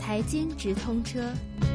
财经直通车，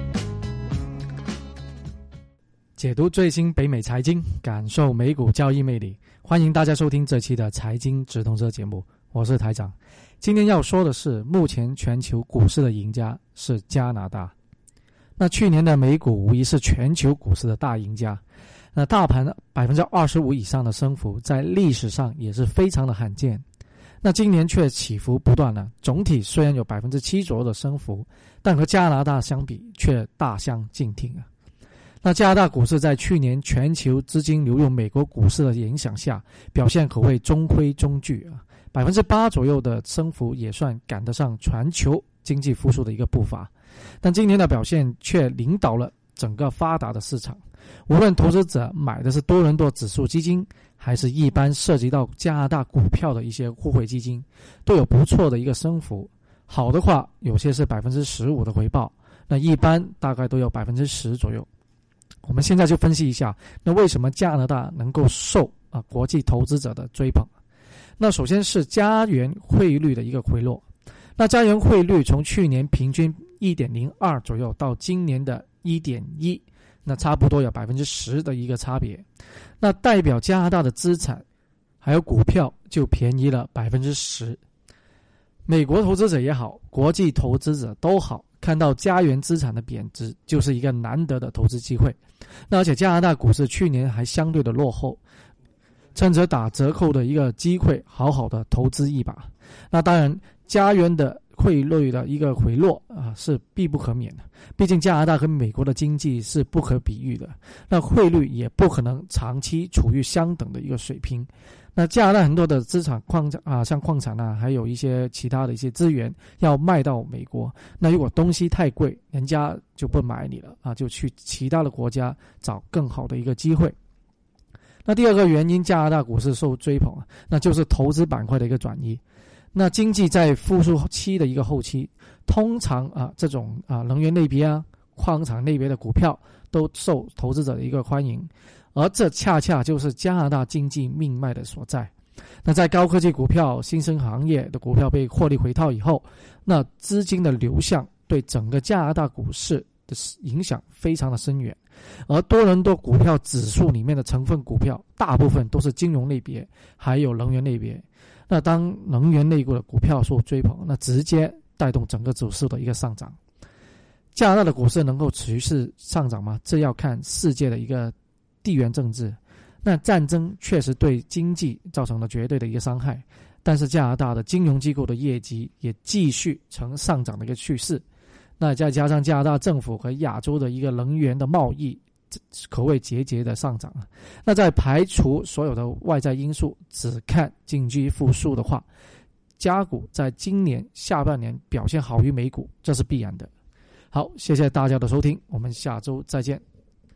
解读最新北美财经，感受美股交易魅力。欢迎大家收听这期的财经直通车节目，我是台长。今天要说的是，目前全球股市的赢家是加拿大。那去年的美股无疑是全球股市的大赢家。那大盘 25% 以上的升幅在历史上也是非常的罕见。那今年却起伏不断了，总体虽然有 7% 左右的升幅，但和加拿大相比却大相径庭啊。那加拿大股市在去年全球资金流入美国股市的影响下，表现可谓中规中矩啊，8% 左右的升幅也算赶得上全球经济复苏的一个步伐。但今年的表现却领导了整个发达的市场，无论投资者买的是多伦多指数基金，还是一般涉及到加拿大股票的一些互惠基金，都有不错的一个升幅。好的话，有些是 15% 的回报，那一般大概都有 10% 左右。我们现在就分析一下，那为什么加拿大能够受国际投资者的追捧？那首先是加元汇率的一个回落。那加元汇率从去年平均 1.02 左右到今年的 1.1， 那差不多有 10% 的一个差别。那代表加拿大的资产还有股票就便宜了 10%。 美国投资者也好，国际投资者都好，看到加元资产的贬值就是一个难得的投资机会。那而且加拿大股市去年还相对的落后，趁着打折扣的一个机会好好的投资一把。那当然加元的汇率的一个回落是必不可免的，毕竟加拿大和美国的经济是不可比喻的，那汇率也不可能长期处于相等的一个水平。那加拿大很多的资产像矿产还有一些其他的一些资源要卖到美国，那如果东西太贵，人家就不买你了就去其他的国家找更好的一个机会。那第二个原因，加拿大股市受追捧那就是投资板块的一个转移。那经济在复苏期的一个后期，通常这种能源类别矿产类别的股票都受投资者的一个欢迎，而这恰恰就是加拿大经济命脉的所在。那在高科技股票、新兴行业的股票被获利回套以后，那资金的流向对整个加拿大股市的影响非常的深远。而多伦多股票指数里面的成分股票大部分都是金融类别还有能源类别。那当能源类股的股票受追捧，那直接带动整个指数的一个上涨。加拿大的股市能够持续上涨吗？这要看世界的一个地缘政治。那战争确实对经济造成了绝对的一个伤害，但是加拿大的金融机构的业绩也继续呈上涨的一个趋势。那再加上加拿大政府和亚洲的一个能源的贸易可谓节节的上涨。那在排除所有的外在因素，只看经济复苏的话，加股在今年下半年表现好于美股，这是必然的。好，谢谢大家的收听，我们下周再见。